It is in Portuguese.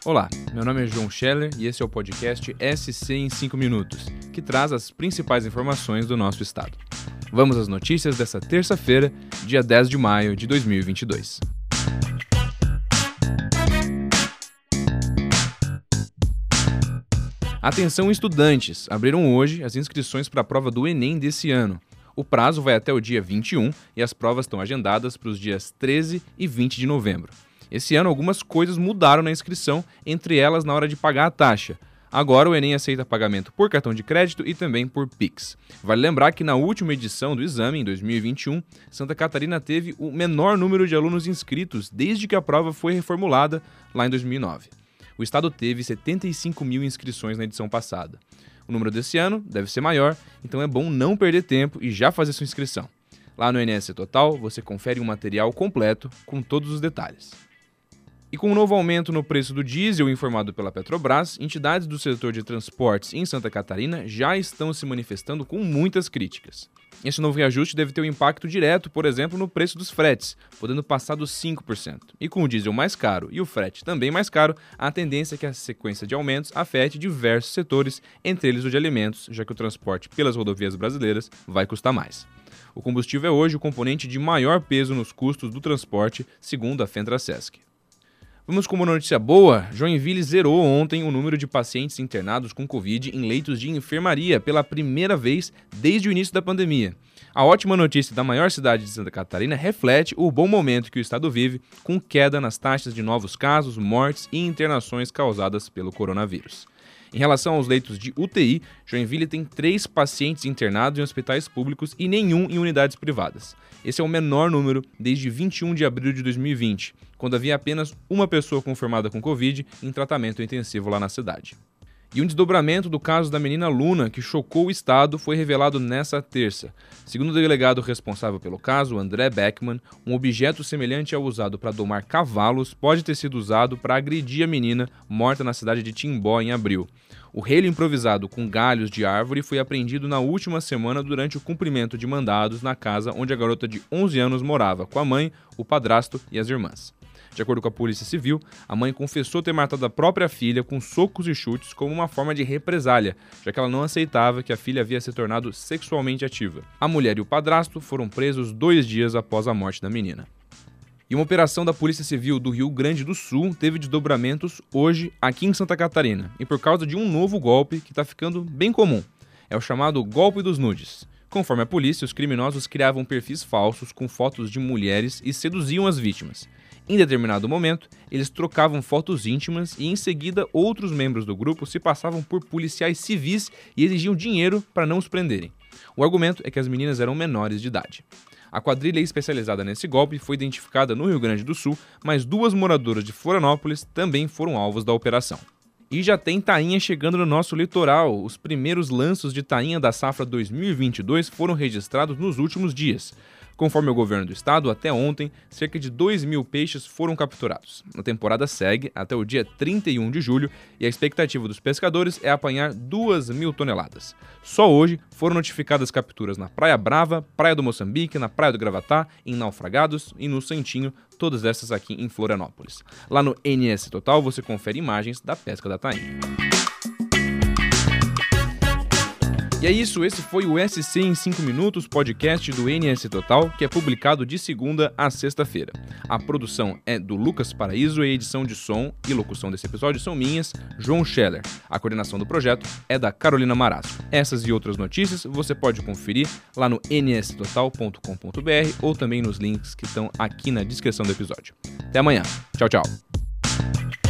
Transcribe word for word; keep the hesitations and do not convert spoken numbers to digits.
Olá, meu nome é João Scheller e esse é o podcast S C em cinco minutos, que traz as principais informações do nosso estado. Vamos às notícias dessa terça-feira, dia dez de maio de dois mil e vinte e dois. Atenção estudantes, abriram hoje as inscrições para a prova do Enem desse ano. O prazo vai até o dia vinte e um e as provas estão agendadas para os dias treze e vinte de novembro. Esse ano, algumas coisas mudaram na inscrição, entre elas na hora de pagar a taxa. Agora, o Enem aceita pagamento por cartão de crédito e também por Pix. Vale lembrar que na última edição do exame, em dois mil e vinte e um, Santa Catarina teve o menor número de alunos inscritos desde que a prova foi reformulada lá em dois mil e nove. O estado teve setenta e cinco mil inscrições na edição passada. O número desse ano deve ser maior, então é bom não perder tempo e já fazer sua inscrição. Lá no N S Total, você confere um material completo com todos os detalhes. E com o novo aumento no preço do diesel informado pela Petrobras, entidades do setor de transportes em Santa Catarina já estão se manifestando com muitas críticas. Esse novo reajuste deve ter um impacto direto, por exemplo, no preço dos fretes, podendo passar dos cinco por cento. E com o diesel mais caro e o frete também mais caro, a tendência é que a sequência de aumentos afete diversos setores, entre eles o de alimentos, já que o transporte pelas rodovias brasileiras vai custar mais. O combustível é hoje o componente de maior peso nos custos do transporte, segundo a Fentra-Sesc. Vamos com uma notícia boa. Joinville zerou ontem o número de pacientes internados com Covid em leitos de enfermaria pela primeira vez desde o início da pandemia. A ótima notícia da maior cidade de Santa Catarina reflete o bom momento que o estado vive, com queda nas taxas de novos casos, mortes e internações causadas pelo coronavírus. Em relação aos leitos de U T I, Joinville tem três pacientes internados em hospitais públicos e nenhum em unidades privadas. Esse é o menor número desde vinte e um de abril de dois mil e vinte, quando havia apenas uma pessoa confirmada com Covid em tratamento intensivo lá na cidade. E um desdobramento do caso da menina Luna, que chocou o estado, foi revelado nessa terça. Segundo o delegado responsável pelo caso, André Beckman, um objeto semelhante ao usado para domar cavalos pode ter sido usado para agredir a menina morta na cidade de Timbó em abril. O relho improvisado com galhos de árvore foi apreendido na última semana durante o cumprimento de mandados na casa onde a garota de onze anos morava com a mãe, o padrasto e as irmãs. De acordo com a Polícia Civil, a mãe confessou ter matado a própria filha com socos e chutes como uma forma de represália, já que ela não aceitava que a filha havia se tornado sexualmente ativa. A mulher e o padrasto foram presos dois dias após a morte da menina. E uma operação da Polícia Civil do Rio Grande do Sul teve desdobramentos hoje aqui em Santa Catarina, e por causa de um novo golpe que está ficando bem comum. É o chamado golpe dos nudes. Conforme a polícia, os criminosos criavam perfis falsos com fotos de mulheres e seduziam as vítimas. Em determinado momento, eles trocavam fotos íntimas e, em seguida, outros membros do grupo se passavam por policiais civis e exigiam dinheiro para não os prenderem. O argumento é que as meninas eram menores de idade. A quadrilha especializada nesse golpe foi identificada no Rio Grande do Sul, mas duas moradoras de Florianópolis também foram alvos da operação. E já tem tainha chegando no nosso litoral. Os primeiros lanços de tainha da safra dois mil e vinte e dois foram registrados nos últimos dias. Conforme o governo do estado, até ontem, cerca de dois mil peixes foram capturados. A temporada segue até o dia trinta e um de julho e a expectativa dos pescadores é apanhar duas mil toneladas. Só hoje foram notificadas capturas na Praia Brava, Praia do Moçambique, na Praia do Gravatá, em Naufragados e no Santinho, todas essas aqui em Florianópolis. Lá no N S Total você confere imagens da pesca da tainha. E é isso, esse foi o S C em cinco minutos, podcast do N S Total, que é publicado de segunda a sexta-feira. A produção é do Lucas Paraíso e a edição de som e locução desse episódio são minhas, João Scheller. A coordenação do projeto é da Carolina Marasco. Essas e outras notícias você pode conferir lá no n s total ponto com ponto b r ou também nos links que estão aqui na descrição do episódio. Até amanhã. Tchau, tchau.